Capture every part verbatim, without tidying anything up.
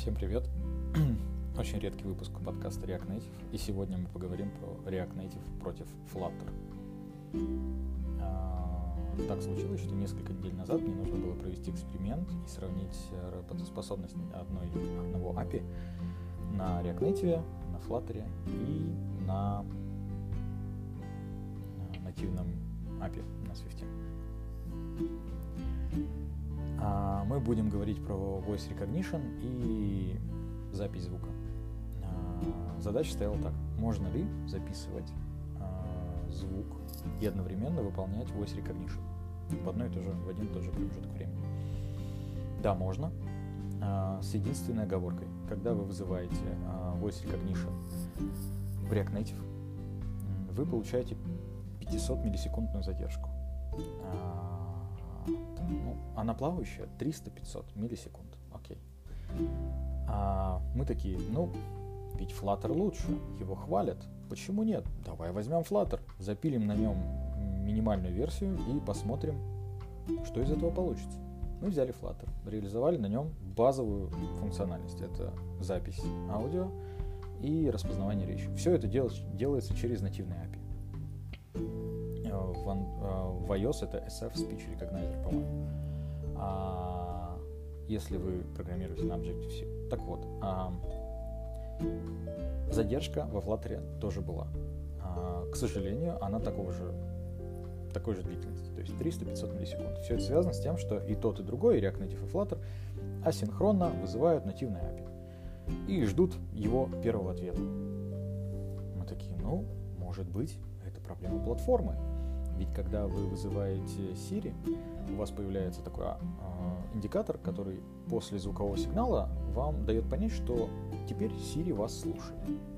Всем привет! Очень редкий выпуск подкаста React Native, и сегодня мы поговорим про React Native против Flutter. Так случилось, что несколько недель назад мне нужно было провести эксперимент и сравнить работоспособность одной, одного эй пи ай на React Native, на Flutter и на, на нативном эй пи ай на Swift. А мы будем говорить про Voice Recognition и запись звука. А, задача стояла так. Можно ли записывать а, звук и одновременно выполнять Voice Recognition в одной и то же, в один и тот же промежуток времени? Да, можно. А, с единственной оговоркой. Когда вы вызываете а, Voice Recognition в React Native, вы получаете пятьсот миллисекундную задержку. А, Ну, она плавающая триста-пятьсот миллисекунд. Окей. А мы такие, ну, ведь Flutter лучше, его хвалят. Почему нет? Давай возьмем Flutter, запилим на нем минимальную версию и посмотрим, что из этого получится. Мы взяли Flutter, реализовали на нем базовую функциональность. Это запись аудио и распознавание речи. Все это дел- делается через нативный эй пи ай. В, в iOS это эс эф Speech Recognizer, по-моему. А если вы программируете на Objective-C. Так вот, а, задержка во Flutter тоже была. А, к сожалению, она такого же, такой же длительности, то есть триста-пятьсот миллисекунд. Все это связано с тем, что и тот, и другой, и React Native, и Flutter, асинхронно вызывают нативный эй пи ай и ждут его первого ответа. Мы такие, ну, может быть, это проблема платформы. Ведь когда вы вызываете Siri, у вас появляется такой э, индикатор, который после звукового сигнала вам дает понять, что теперь Siri вас слушает.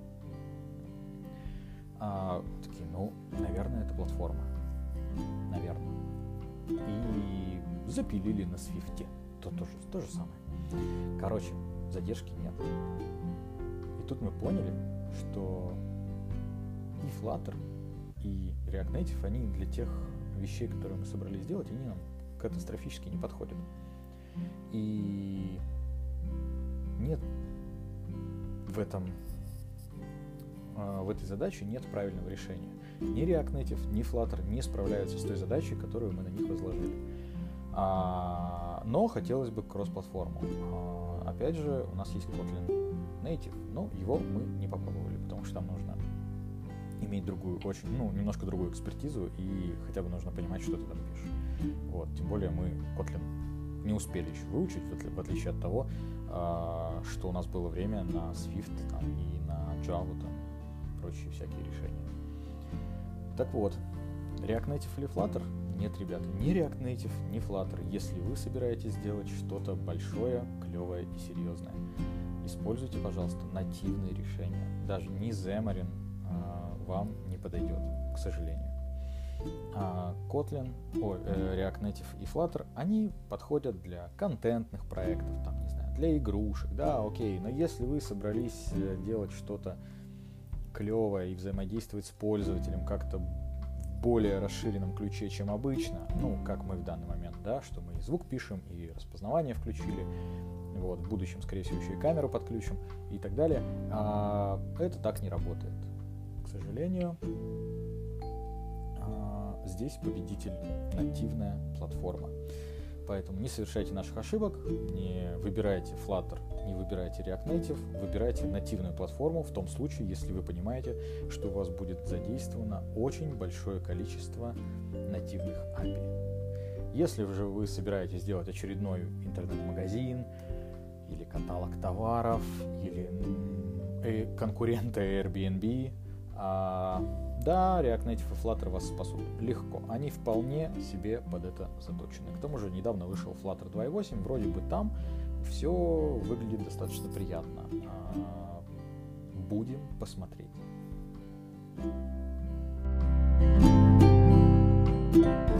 А, такие, ну, наверное, это платформа. Наверное. И запилили на Swift. То, то, же, то же самое. Короче, задержки нет. И тут мы поняли, что и Flutter, и React Native, они для тех вещей, которые мы собрались сделать, они нам катастрофически не подходят. И нет в этом, в этой задаче нет правильного решения. Ни React Native, ни Flutter не справляются с той задачей, которую мы на них возложили. А, но хотелось бы кросс-платформу. А, опять же, у нас есть Kotlin Native, но его мы не попробовали, потому что там нужно иметь другую, очень, ну, немножко другую экспертизу, и хотя бы нужно понимать, что ты там пишешь. Вот, тем более мы Kotlin не успели еще выучить, в отличие от того, что у нас было время на Swift там, и на Java, там, прочие всякие решения. Так вот, React Native или Flutter? Нет, ребята, ни React Native, ни Flutter. Если вы собираетесь сделать что-то большое, клевое и серьезное, используйте, пожалуйста, нативные решения. Даже не Xamarin вам не подойдет, к сожалению. А Kotlin, о, э, React Native и Flutter, они подходят для контентных проектов, там, не знаю, для игрушек, да, окей, но если вы собрались делать что-то клевое и взаимодействовать с пользователем как-то в более расширенном ключе, чем обычно, ну, как мы в данный момент, да, что мы и звук пишем, и распознавание включили, вот, в будущем, скорее всего, еще и камеру подключим и так далее, а это так не работает. К сожалению, здесь победитель нативная платформа. Поэтому не совершайте наших ошибок, не выбирайте Flutter, не выбирайте React Native, выбирайте нативную платформу в том случае, если вы понимаете, что у вас будет задействовано очень большое количество нативных эй пи ай. Если же вы собираетесь сделать очередной интернет-магазин, или каталог товаров, или конкурента Airbnb, А, да, React Native и Flutter вас спасут легко. Они вполне себе под это заточены. К тому же недавно вышел Flutter два и восемь, вроде бы там все выглядит достаточно приятно. А, будем посмотреть.